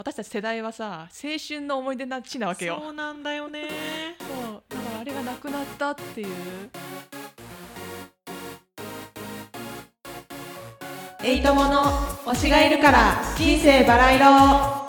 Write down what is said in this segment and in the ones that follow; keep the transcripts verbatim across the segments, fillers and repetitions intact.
私たち世代はさ青春の思い出な地なわけよ。 そうなんだよね。 そうだからあれがなくなったっていう。 エイトモの推しがいるから人生バラ色。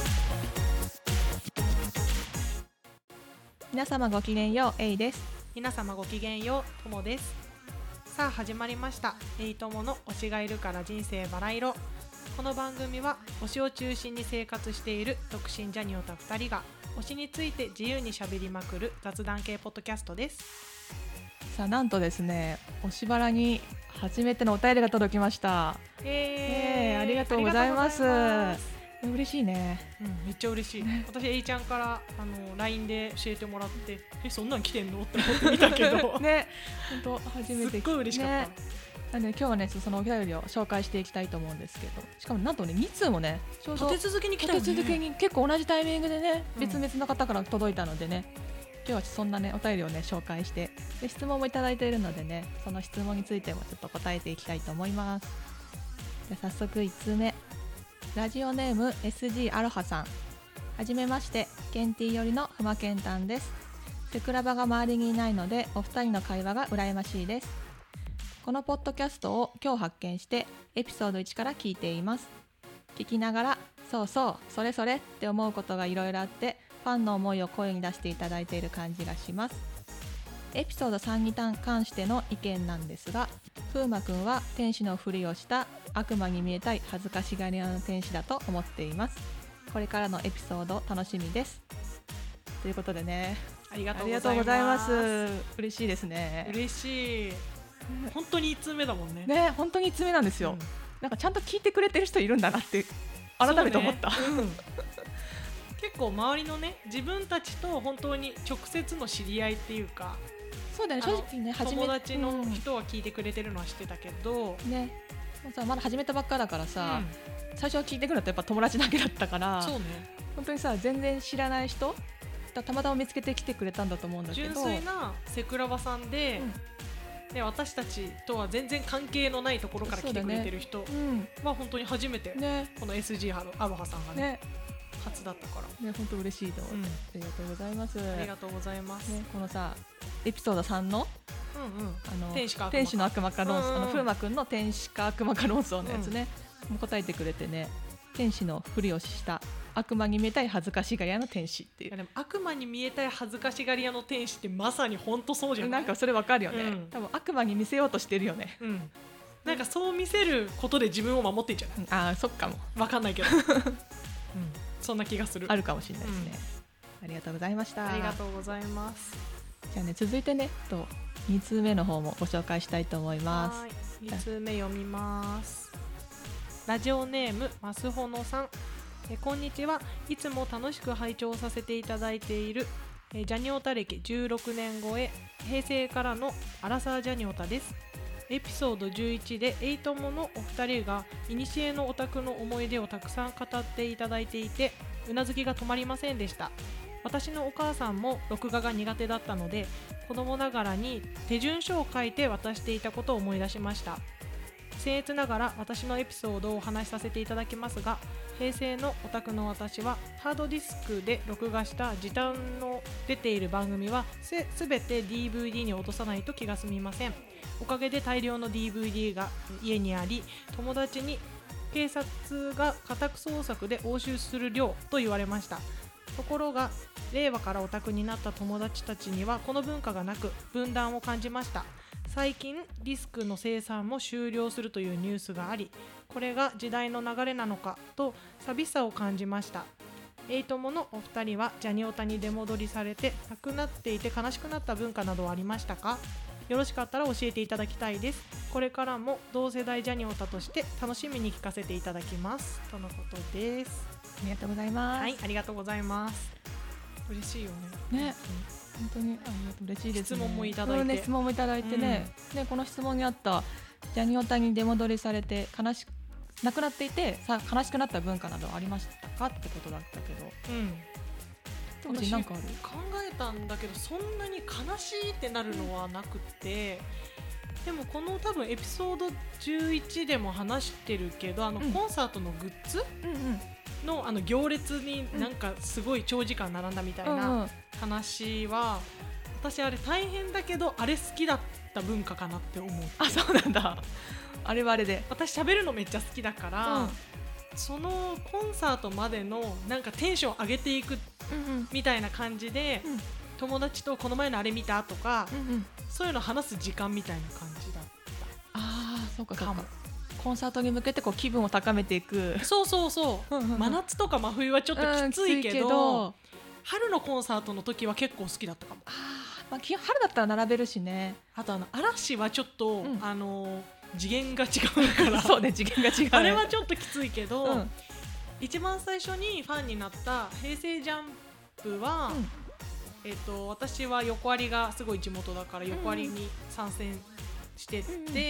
皆様ごきげんよう、エイです。 皆様ごきげんよう、ともです。さあ始まりました、エイトモの推しがいるから人生バラ色。この番組は推しを中心に生活している独身ジャニオタふたりが推しについて自由にしゃべりまくる雑談系ポッドキャストです。 さあなんとですね、推しバラに初めてのお便りが届きました。 えー、 えー、ありがとうございます。嬉しいね、 うん、めっちゃ嬉しい、ね、私エイちゃんからあの ライン で教えてもらってえそんなん来てんのって思ってみたけどね、本当初めてすっごい嬉しかった、ね、 なんで今日はねそのお便りを紹介していきたいと思うんですけど、しかもなんとねに通もねちょうど立て続けに来たよね。 立て続けに結構同じタイミングでね、 うん、 別々の方から届いたのでね、今日はそんなねお便りをね紹介してで質問もいただいているのでね、その質問についてもちょっと答えていきたいと思います。じゃあ早速いち通目、ラジオネーム エスジー アロハさん。はじめまして、ケンティよりのふまけんたんです。セクラバが周りにいないのでお二人の会話が羨ましいです。このポッドキャストを今日発見してエピソードいちから聞いています。聞きながらそうそうそれそれって思うことがいろいろあって、ファンの思いを声に出していただいている感じがします。エピソードさんに関しての意見なんですが、風磨くんは天使のふりをした悪魔に見えたい恥ずかしがり屋の天使だと思っています。これからのエピソード楽しみです。ということでね、 ありがとうありがとうございます。嬉しいですね。 嬉しい。本当にいち通目だもんね。 ね、本当にいち通目なんですよ、うん、なんかちゃんと聞いてくれてる人いるんだなって改めて思った、ね、うん、 結構周りのね自分たちと本当に直接の知り合いっていうか、 そうだね、正直ね友達の人は聞いてくれてるのは知ってたけど、 うん、ね、さまだ始めたばっかだからさ、うん、最初は聞いてくるのってやっぱ友達だけだったから、 そうね、 本当にさ全然知らない人たまたま見つけてきてくれたんだと思うんだけど、 純粋なセクラバさんで、うん、で私たちとは全然関係のないところから来てくれてる人は本当に初めて、ね、この エスジー アロハさんがね、ね初だったからね、本当嬉しいと思って、うん、ありがとうございます。 ありがとうございます、 ね、このさエピソードさんの、 うんうん、 あの天使か悪魔か天使の悪魔か論争、うんうん、あの風磨くんの天使か悪魔か論争のやつね、うん、もう答えてくれてね、天使のふりをした悪魔に見えたい恥ずかしがり屋の天使っていう。 いやでも悪魔に見えたい恥ずかしがり屋の天使ってまさに本当そうじゃない？ なんかそれわかるよね、うん、多分悪魔に見せようとしてるよね、 うん、なんかそう見せることで自分を守ってんじゃない？ うん、あーそっかもわかんないけど、うん、そんな気がする。 あるかもしれないですね、うん、ありがとうございました。 ありがとうございます。 じゃあね続いてねとに通目の方もご紹介したいと思います。 はい、に通目読みます。ラジオネームますほのさん。えこんにちは。いつも楽しく拝聴させていただいているえジャニオタ歴じゅうろくねん超え、平成からのアラサージャニオタです。エピソードじゅういちでエイトモのお二人が古のオタクの思い出をたくさん語っていただいていて、うなずきが止まりませんでした。私のお母さんも録画が苦手だったので、子供ながらに手順書を書いて渡していたことを思い出しました。僭越ながら私のエピソードをお話しさせていただきますが、平成のオタクの私はハードディスクで録画した時短の出ている番組はすべて ディーブイディー に落とさないと気が済みません。おかげで大量の ディーブイディー が家にあり、友達に警察が家宅捜索で押収する量と言われました。ところが令和からオタクになった友達たちにはこの文化がなく分断を感じました。最近ディスクの生産も終了するというニュースがあり、これが時代の流れなのかと寂しさを感じました。エイトモのお二人はジャニオタに出戻りされてなくなっていて悲しくなった文化などはありましたか？よろしかったら教えていただきたいです。これからも同世代ジャニオタとして楽しみに聞かせていただきますとのことです。 ありがとうございます。 はい、ありがとうございます。嬉しいよね。 ね、本当にありがとう、嬉しいですね。 質問もいただいて、 ね、質問もいただいてね、うん、ね、この質問にあったジャニオタに出戻りされて悲しなくなっていてさ悲しくなった文化などありましたかってことだったけど、うん、私なんかある？ 考えたんだけどそんなに悲しいってなるのはなくて、でもこの多分エピソードじゅういちでも話してるけど、あのコンサートのグッズ、 うんうんうん、 のあの行列になんかすごい長時間並んだみたいな話は、私あれ大変だけどあれ好きだった文化かなって思う。 あ、そうなんだ。あれはあれで私喋るのめっちゃ好きだから、うん、そのコンサートまでのなんかテンション上げていくみたいな感じで、うんうん、友達とこの前のあれ見たとか、うんうん、そういうの話す時間みたいな感じだった。 ああ、そうかそうか。コンサートに向けてこう気分を高めていく。 そうそうそう、うんうんうん、真夏とか真冬はちょっときついけど、うん、きついけど春のコンサートの時は結構好きだったかも。 あ、まあ、春だったら並べるしね。 あとあの嵐はちょっと、うん、あの次元が違うからそうね、次元が違う、ね、 あれはちょっときついけど、うん、一番最初にファンになった平成ジャンプは、うん、えー、と私は横割りがすごい地元だから横割りに参戦してって、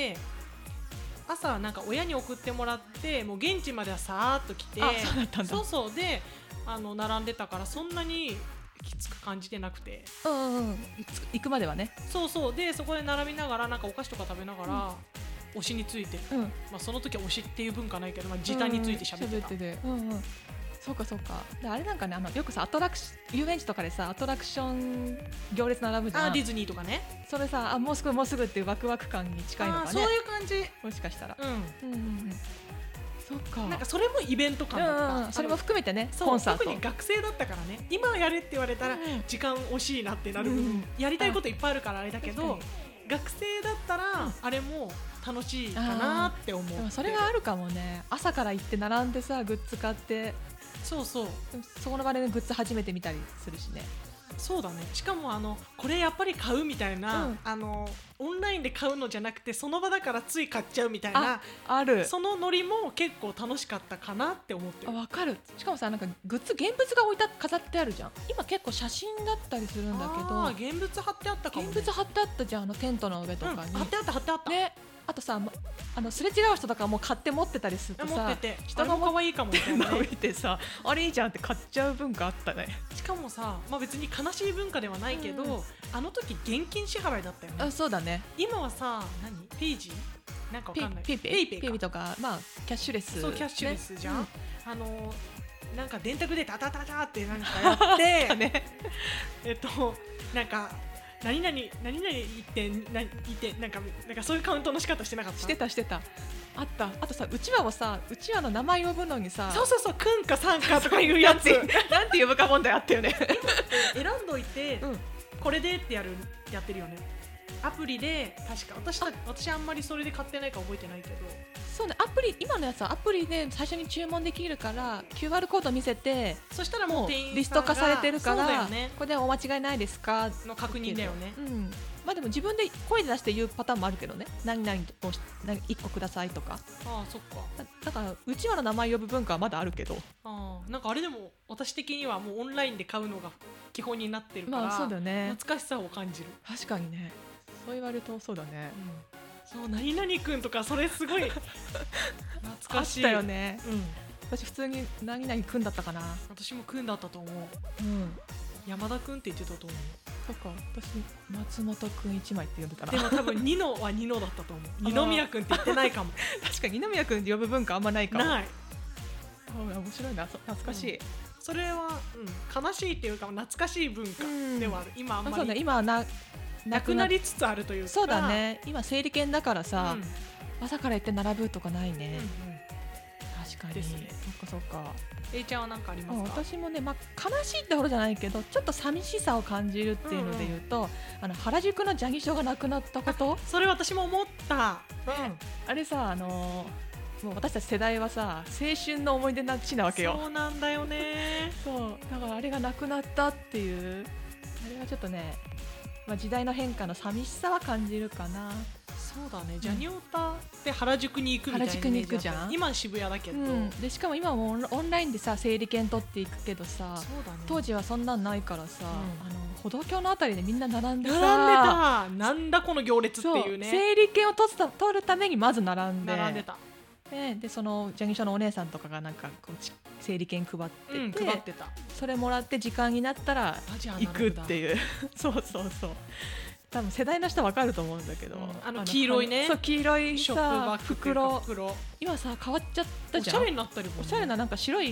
うん、朝なんか親に送ってもらってもう現地まではさーっと来て、 あ、そうだったんだ。 そうそうであの並んでたからそんなにきつく感じてなくて、 うんうん、行くまではね。 そうそうでそこで並びながらなんかお菓子とか食べながら、うん、推しについて、うん、まあ、その時は推しっていう文化ないけど、まあ、時短について喋ってた、 うんうんうん、そうかそうか。であれなんかね、あのよくさアトラクシ遊園地とかでさアトラクション行列並ぶじゃん。 あ、ディズニーとかね。 それさ、あ、もうすぐもうすぐっていうワクワク感に近いのかね。 あ、そういう感じもしかしたら、 うんうんうんうん、 そうか。 なんかそれもイベント感だった、 うんうん、それも含めてね、コンサート。 特に学生だったからね、今やれって言われたら時間惜しいなってなる、うん、やりたいこといっぱいあるからあれだけど、学生だったらあれも楽しいかなって思う。でもそれがあるかもね。朝から行って並んでさグッズ買って、 そうそう、 そこの場でグッズ初めて見たりするしね。 そうだね。しかもあのこれやっぱり買うみたいな、うん、あのオンラインで買うのじゃなくてその場だからつい買っちゃうみたいな、 あ、ある。そのノリも結構楽しかったかなって思ってる。 あ、わかる。しかもさ、なんかグッズ現物が置いた飾ってあるじゃん。今結構写真だったりするんだけど、 あ、現物貼ってあったかもね。 現物貼ってあったじゃん、あのテントの上とかに、 うん、貼ってあった貼ってあったね。あとさ、あのすれ違う人とかも買って持ってたりするとさ、 持ってて人が可愛いかもみたいな、ね、 見てさ、あれいいじゃんって買っちゃう文化あったね。 しかもさ、まあ、別に悲しい文化ではないけど、うん、あの時現金支払いだったよね。 あ、そうだね。 今はさ、何ペイジなんかわかんない、 ペイペイペイペイペイとか、まあキャッシュレス、 そうキャッシュレスじゃん、ね、うん、あのなんか電卓でタタタタってなんかやってね、えっとなんか何々何々言ってな言ってなんかなんかそういうカウントの仕方してなかった？ してたしてた。あった。あとさ、うちわをさ、うちわの名前呼ぶのにさ、 そうそうそう、くんかさんかとかいうやつなんて呼ぶか問題あったよね。 選んどいて、うん、これでってやるやってるよね。アプリで確か私た私あんまりそれで買ってないか覚えてないけど。 そうね、アプリ今のやつはアプリで最初に注文できるから キューアール コード見せて、 そしたらもうリスト化されてるから、 ね、 これでお間違いないですかの確認だよね。 うん、まあでも自分で声で出して言うパターンもあるけどね。何々といっこくださいとか。 ああ、そっか。 だ, だからうちわの名前呼ぶ文化はまだあるけど、 ああ、なんかあれでも私的にはもうオンラインで買うのが基本になってるから、 まあそうだね、 懐かしさを感じる。 確かにね、そう言われるとそうだね、 うん、そう、何々くんとかそれすごい懐かしい。 あったよね、うん、私普通に何々くんだったかな。 私もくんだったと思う、 うん、 山田くんって言ってたと思う。 そっか、私松本くん一枚って呼んでたな。 でも多分ニノはニノだったと思う。二宮くんって言ってないかも。 確かに二宮くんって呼ぶ文化あんまないかも。 ない。 あ、面白いな、懐かしい、うん、 それは、うん、悲しいっていうか懐かしい文化ではある、うん、今あんまり、 そうだ、今はななくなりつつあるというか。 そうだね、今整理券だからさ、うん、朝から行って並ぶとかないね、うんうん、確かにですね。そっかそっか。 A ちゃんは何かありますか？ 私もね、まあ、悲しいってほどじゃないけどちょっと寂しさを感じるっていうので言うと、うんうん、あの原宿のジャニショがなくなったこと。 それ私も思った、うん、 あれさ、あのー、もう私たち世代はさ青春の思い出な地なわけよ。 そうなんだよね。 そうだからあれがなくなったっていう、あれはちょっとね、まあ、時代の変化の寂しさは感じるかな。 そうだね、うん、ジャニオタって原宿に行くみたいなイメージだった。原宿に行くじゃん。今渋谷だけど、うん、でしかも今もオンラインでさ整理券取っていくけどさ、そうだね、当時はそんなんないからさ、うん、あの歩道橋のあたりでみんな並んでさ、 並んでた。なんだこの行列っていうね。 整理券を取った取るためにまず並んで並んでた。 で, でそのジャニショのお姉さんとかがなんかこう整理券配ってて、うん、 配ってた。 それもらって時間になったら行くっていう。そうそうそう。多分世代の人は分かると思うんだけど、うん、 あの黄色いね、 そう黄色いさショップバッグ袋、袋今さ変わっちゃったじゃん。 おしゃれになったりも、ね、 おしゃれななんか白い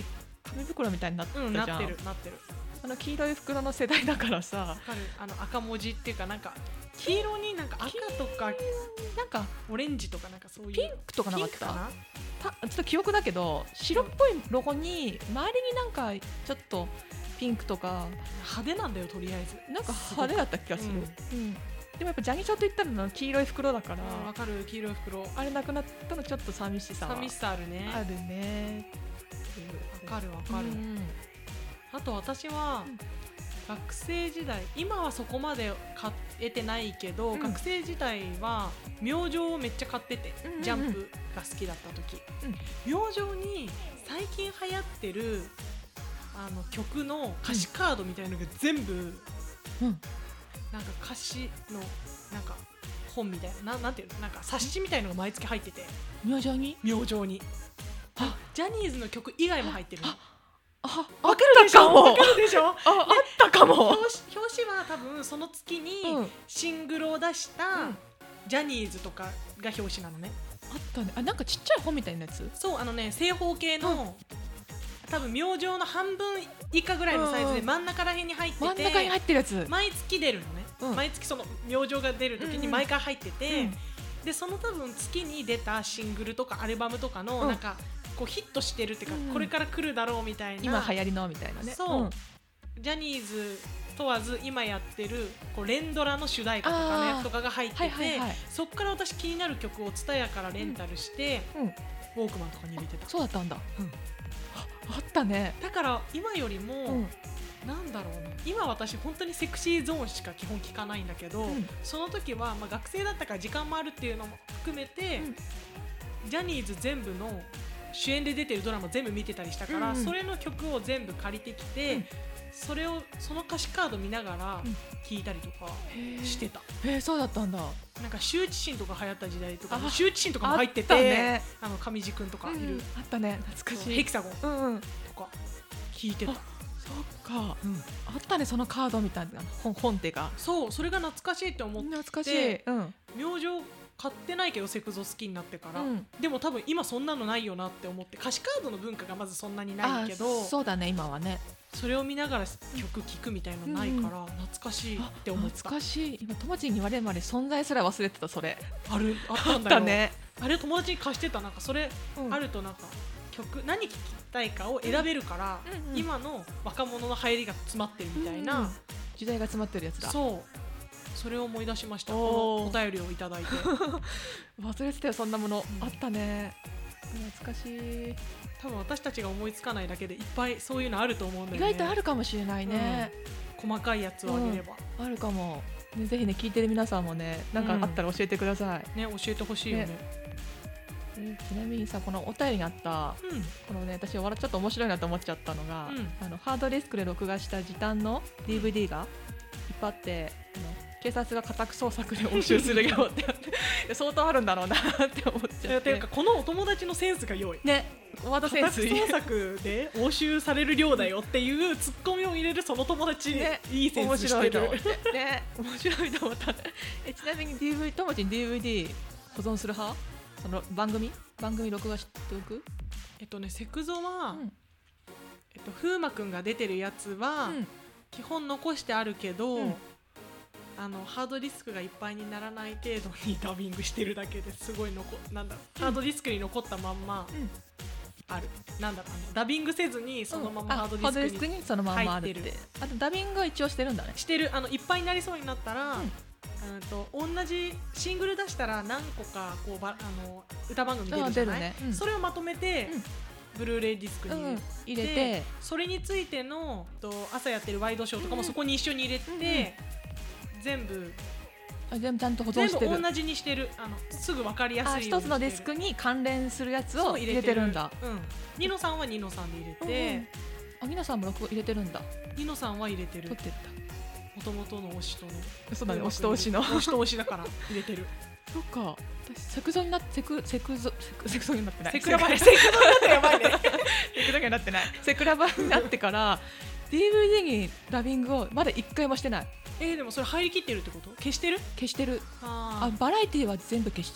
紙袋みたいになったじゃん、 うん、なってるなってる。 あの黄色い袋の世代だからさ、 わかる。あの赤文字っていうかなんか黄色になんか赤とかなんかオレンジとかなんかそういうピンクとかなかっピンクかな。 たたちょっと記憶だけど白っぽいロゴに周りになんかちょっとピンクとか派手なんだよとりあえず。 なんか派手だった気がする、 うんうんでもやっぱジャニショと言ったら黄色い袋だから、 うん、わかる。黄色い袋。 あれなくなったのちょっと寂しさは寂しさあるね。 あるね。 わかるわかる。 うんあと私は、 うん学生時代、今はそこまで買えてないけど、 うん学生時代は明星をめっちゃ買ってて、 うんうんうんジャンプが好きだった時、 うん明星に最近流行ってるあの曲の歌詞カードみたいなのが全部、 うんなんか歌詞のなんか本みたいな、な、なんていうの、なんか冊子みたいなのが毎月入ってて、 明星に明星にあジャニーズの曲以外も入ってるの。 あわかるでしょ。わかるでしょ。 ああったかも表紙、表紙は多分その月にうんシングルを出したうんジャニーズとかが表紙なのね。 あったね。あなんかちっちゃい本みたいなやつ。 そう、あのね、正方形の、多分明星の半分以下ぐらいのサイズで真ん中ら辺に入ってて、 真ん中に入ってるやつ。 毎月出るのね、 うん毎月その明星が出る時に毎回入ってて、 うんでその多分月に出たシングルとかアルバムとかの、 うんなんかこうヒットしてるっていうか、 うんこれから来るだろうみたいな、 今流行りのみたいなね。 そう、 んジャニーズ問わず今やってるこう連ドラの主題歌とかのやつとかが入ってて、 はいはいはい。 そっから私気になる曲をツタヤからレンタルして、 うん。 ウォークマンとかに入れてた。 そうだったんだ。 うんああったね。 だから今よりも、 うん。 なんだろうな、今私本当にセクシーゾーンしか基本聞かないんだけど、 うんその時は、まあ、学生だったから時間もあるっていうのも含めて、 うんジャニーズ全部の主演で出てるドラマ全部見てたりしたから、 うんうんそれの曲を全部借りてきて、 うんそれをその歌詞カード見ながらうん聞いたりとかしてた。 えー、そうだったんだ。 なんか羞恥心とか流行った時代とかあ羞恥心とかも入ってて、 あったね。 あの上地君とかいる、 うんあったね。懐かしい。 ヘキサゴンうんうん。 とか聞いてた。 そっか。 うんあったねそのカードみたいな本本ってか。 そう、それが懐かしいって思って、 懐かしい。うん。 明星買ってないけどセクゾ好きになってから、 うんでも多分今そんなのないよなって思って、歌詞カードの文化がまずそんなにないけど、 あそうだね今はね。 それを見ながら曲聴くみたいなのないから、懐かしいって思った。 懐かしい。今友達に言われるまで存在すら忘れてたそれ。 あるあったんだよ。 だね。 あれ友達に貸してた。なんかそれうんあるとなんか曲何聴きたいかを選べるから、 うんうん今の若者の流行りが詰まってるみたいな、 うん時代が詰まってるやつだ。 そうそれを思い出しました。 おーこのお便りをいただいて忘れてたよそんなもの、 うんあったね。懐かしい。 多分私たちが思いつかないだけでいっぱいそういうのあると思うんだよね。 意外とあるかもしれないね。 細かいやつをあげれば、 あるかも。ね、ぜひね聞いてる皆さんもねなんかあったら教えてください。 ね、教えてほしいよね。 えちなみにさこのお便りにあったうんこのね私笑っちゃっと面白いなと思っちゃったのが、 うんあのハードディスクで録画した時短の ディーブイディー がいっぱいあって、あの警察が家宅捜索で押収するよってあって相当あるんだろうなって思っちゃってていうかこのお友達のセンスが良い。 ねワードセンスいい家宅捜索で押収される量だよっていうツッコミを入れるその友達、 ねいいセン面スしてる白いと思ってね面白いと思ったえちなみに ディーブイディー 友達に ディーブイディー 保存する派その番組番組録画しておくえっとねセクゾは、 うんえっと、風磨くんが出てるやつは、 うん基本残してあるけど、 うんあのハードディスクがいっぱいにならない程度にダビングしてるだけですごい残なんだろう、ハードディスクに残ったまんまうんある、なんだろう、あのダビングせずにそのままあハードデハードディィスクにスクにそのまんまあるっ入っててあとダビングは一応してるんだねしてる。あのいっぱいになりそうになったら、 うんうんと同じシングル出したら何個かこうばあの歌番組出るじゃない、 あ出るねうんそれをまとめて、 うんブルーレイディスクにうん入れて、 入れてそれについてのと朝やってるワイドショーとかもうんそこに一緒に入れて、 うん全部あ全部ちゃんと保存全してる部同じにしてる。あのすぐ分かりやあすいようにしてる。 一つのディスクに関連するやつそうを入れてるんだうん、ニノさんはニノさんで入れて、 あ皆さんも録画入れてるんだニノさんは入れてる。 撮ってったもともとの推しとね。 そうだね押しと押しの推しと推しだから入れてる。 そっか私セクゾになってセクセクゾセクセクゾになってないセクラバセセクラバだとやばいね。 クゾになってないセクラバになってから ディーブイディー にダビングをまだ一回もしてないえー、でもそれ入りきってるってこと？消してる？ 消してるああバラエティは全部消しちゃっ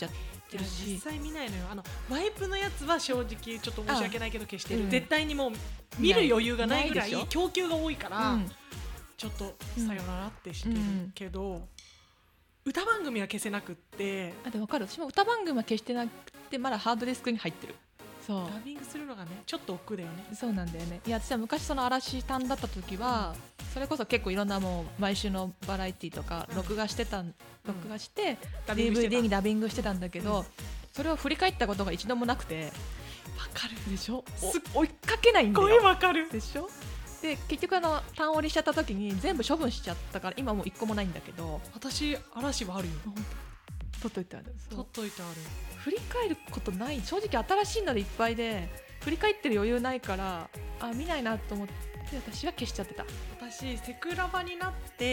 ってるし、 実際見ないのよ。あのワイプのやつは正直ちょっと申し訳ないけど消してる、 うん、 絶対にもう見る余裕がないぐらいないでしょ供給が多いから、 うん、 ちょっとさよならってしてるけど、うん、歌番組は消せなくって。 あ、でも分かる、私も歌番組は消してなくてまだハードディスクに入ってる。そうダビングするのがねちょっと億劫だよね。 そうなんだよね。いや私は昔その嵐単だった時は、うん、それこそ結構いろんなもう毎週のバラエティとか録画してた、うん、録画して、うん、ディーブイディー にダビングしてたんだけど、うん、それを振り返ったことが一度もなくて。 わかるでしょ。追いかけないんだよ。 すっごいわかるでしょ。で結局あの単折りしちゃった時に全部処分しちゃったから今もう一個もないんだけど。 私嵐はあるよ。 取っといてある。 取っといてある。 振り返ることない。正直新しいのでいっぱいで振り返ってる余裕ないからあ見ないなと思って私は消しちゃってた。 私セクラバになって、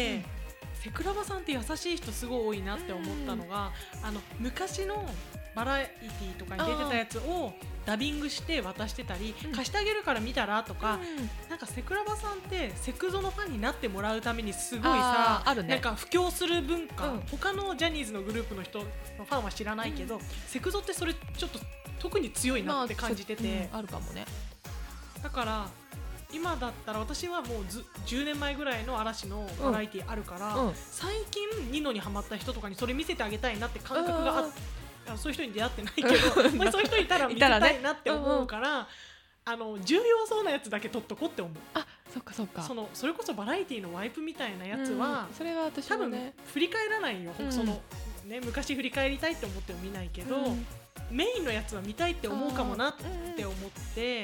うん、セクラバさんって優しい人すごい多いなって思ったのが、うん、あの昔のバラエティとかに出てたやつをダビングして渡してたり、うん、貸してあげるから見たらとか、うん、なんかセクラバさんってセクゾのファンになってもらうためにすごいさあ、ね、なんか布教する文化、うん、他のジャニーズのグループの人のファンは知らないけど、うん、セクゾってそれちょっと特に強いなって感じてて、 まあ、うん、あるかもね。 だから今だったら私はもうずじゅうねんまえぐらいの嵐のバラエティあるから、うんうん、最近ニノにハマった人とかにそれ見せてあげたいなって感覚があって、そういう人に出会ってないけどまあそういう人いたら見せたいなって思うから、ね、うんうん、あの重要そうなやつだけ撮っとこうって思う。 あ、そっかそっか。 そのそれこそバラエティのワイプみたいなやつは、 うん、それは私も、ね、 多分振り返らないよ、うん、そのね、昔振り返りたいって思っても見ないけど、うん、メインのやつは見たいって思うかもなって思って、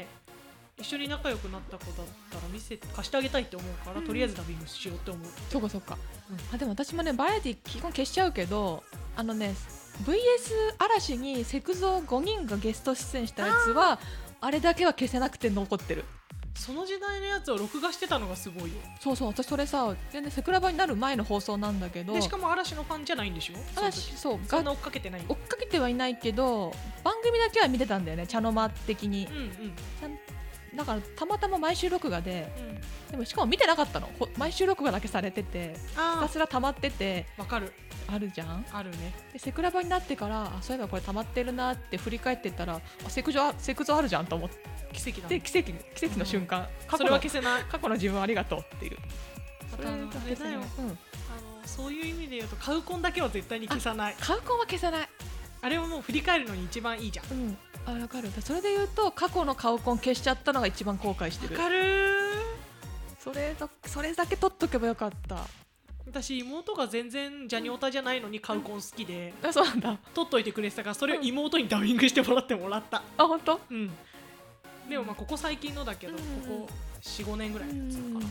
うん、一緒に仲良くなった子だったら見せ貸してあげたいって思うから、うん、とりあえずダビングしようって思う。 そうかそうか、うん、あでも私もねバラエティ基本消しちゃうけど、あのねブイエス 嵐にセクゾごにんがゲスト出演したやつは あ, あれだけは消せなくて残ってる。 その時代のやつを録画してたのがすごいよ。 そうそう、私それさ全然セクラバになる前の放送なんだけど、 でしかも嵐のファンじゃないんでしょ。 嵐そうそんな追っかけてない。 追っかけてはいないけど番組だけは見てたんだよね、茶の間的に、 うんうん、 だからたまたま毎週録画で、うん、でもしかも見てなかったの、毎週録画だけされててひたすら溜まってて。 わかる、 あるじゃん。 あるね。 でセクラバになってからあそういえばこれ溜まってるなって振り返ってったらあセクゾあセクゾあるじゃんと思って、 奇跡だ、 ね、奇跡奇跡の瞬間、 うん、それは消せない。 過去の自分ありがとうっていう。 あとあのあれだよ、うん、あのそういう意味で言うとカウコンだけは絶対に消さない。 カウコンは消さない。 あれをもう振り返るのに一番いいじゃん。 うん、あ分かる。それで言うと過去のカウコン消しちゃったのが一番後悔してる。 分かる。 それだそれだけ取っとけばよかった。 私妹が全然ジャニオタじゃないのにカウコン好きで、 うん、あそうなんだ。 取っといてくれてたからそれを妹にダビングしてもらってもらった、 うん、あ本当。 うん。でもまあここ最近のだけど、うん、ここ よん,ご 年ぐらいのやつだから、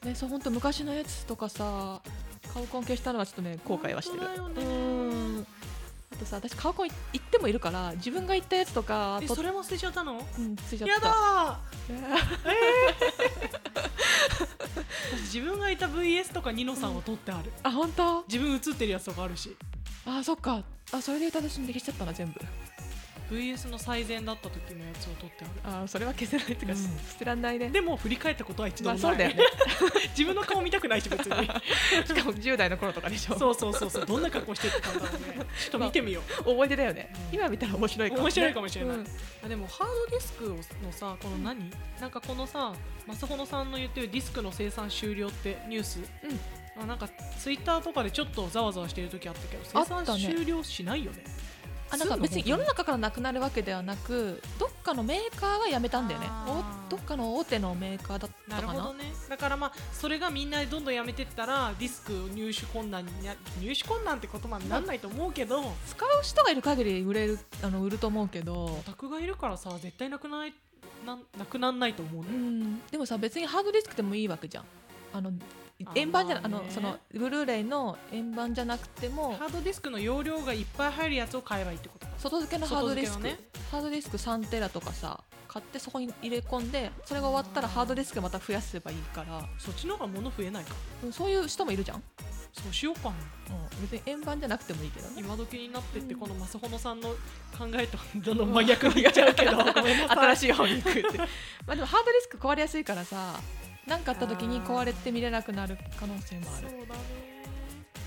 ね、そう本当昔のやつとかさカウコン消したのはちょっとね後悔はしてる。 本当だよね。 うん。あとさ私カウコン行ってもいるから自分が行ったやつとかえそれも捨てちゃったの。 うん捨てちゃった。 やだーえー自分がいた ブイエス とかニノさんを撮ってある、 うん、あ本当。 自分映ってるやつとかあるし。 あそっか。あそれで私にできちゃったな全部。 ブイエス の最善だった時のやつを撮ってある。 あそれは消せないっていうか、うん、捨てらんないね。 でも振り返ったことは一度もない、 まあ、そうだよね自分の顔見たくないし別にしかもじゅう代の頃とかでしょ。 そうそうそうそうどんな格好してたんだろうねちょっと見てみよう、 まあ、思い出だよね、うん、今見たら面白いかも、ね、 面白いかもしれない、うん、 あでもハードディスクのさこの何、うん、なんかこのさマスホノさんの言ってるディスクの生産終了ってニュース、うん、あなんかツイッターとかでちょっとざわざわしてる時あったけど生産終了しないよね。 あなんか別に世の中からなくなるわけではなくどっかのメーカーがやめたんだよね。どっかの大手のメーカーだったかな。 なるほどね。だからまあそれがみんなでどんどんやめてったらディスク入手困難にな入手困難って言葉にならないと思うけど、まあ、 使う人がいる限り売れるあの売ると思うけどオタクがいるからさ絶対なくないななくなんないと思うね。 うんでもさ別にハードディスクでもいいわけじゃん。あの円盤じゃあのそのブルーレイの円盤じゃなくてもハードディスクの容量がいっぱい入るやつを買えばいいってことか。 外付けのハードディスク、ね、ハードディスクさんテラとかさ買ってそこに入れ込んでそれが終わったらハードディスクまた増やせばいいからそっちの方が物増えないか。 そういう人もいるじゃん。 そうしようかな、 うん、別に円盤じゃなくてもいいけどね。 今時になってってこのマスホノさんの考えとどんどん真逆にいっちゃうけど、うん、ごめんなさい新しい方に行くってまあでもハードディスク壊れやすいからさ何かあった時に壊れて見れなくなる可能性もある。 そうだね。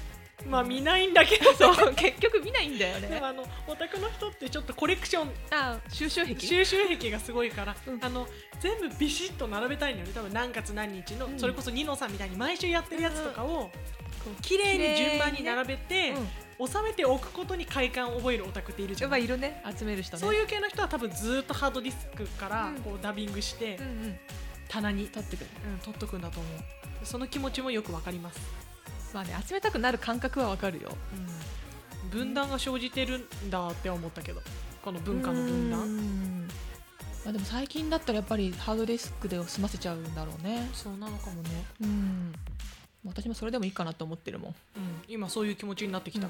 まあ見ないんだけどそう結局見ないんだよね。 でもあのオタクの人ってちょっとコレクションあ収集癖収集癖がすごいから、 うん、 あの全部ビシッと並べたいのよね。多分何月何日の、うん、それこそニノさんみたいに毎週やってるやつとかを、うん、綺麗に順番に並べて、ねうん、収めておくことに快感を覚えるオタクっているじゃん。 やっぱいるね、集める人ね。 そういう系の人は多分ずっとハードディスクからこうダビングして、うんうん、棚に取ってくる、 うん、取っとくんだと思う。その気持ちもよくわかります。 まあね、集めたくなる感覚はわかるよ、 うん、分断が生じてるんだって思ったけど、この文化の分断。 まあ、でも最近だったらやっぱりハードディスクで済ませちゃうんだろうね。 そうなのかもね。 うん私もそれでもいいかなと思ってるもん、うん、 今そういう気持ちになってきた、うん、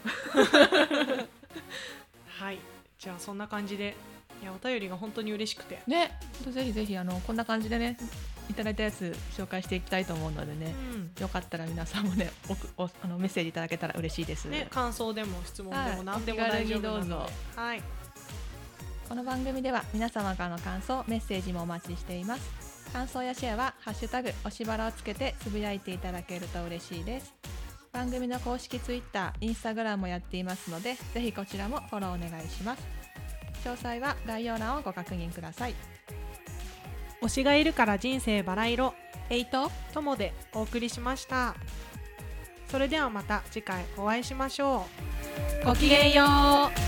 はいじゃあそんな感じで、いやお便りが本当に嬉しくてね、ぜひぜひあのこんな感じでねいただいたやつ紹介していきたいと思うのでね、うん、よかったら皆さんもねおおあのメッセージいただけたら嬉しいです、ね、 感想でも質問でも何でも大丈夫なので、はい、はい、 この番組では皆様からの感想メッセージもお待ちしています。感想やシェアはハッシュタグおしばらをつけてつぶやいていただけると嬉しいです。番組の公式ツイッター、インスタグラムもやっていますのでぜひこちらもフォローお願いします。詳細は概要欄をご確認ください。 推しがいるから人生バラ色、 エイトともでお送りしました。それではまた次回お会いしましょう。ごきげんよう。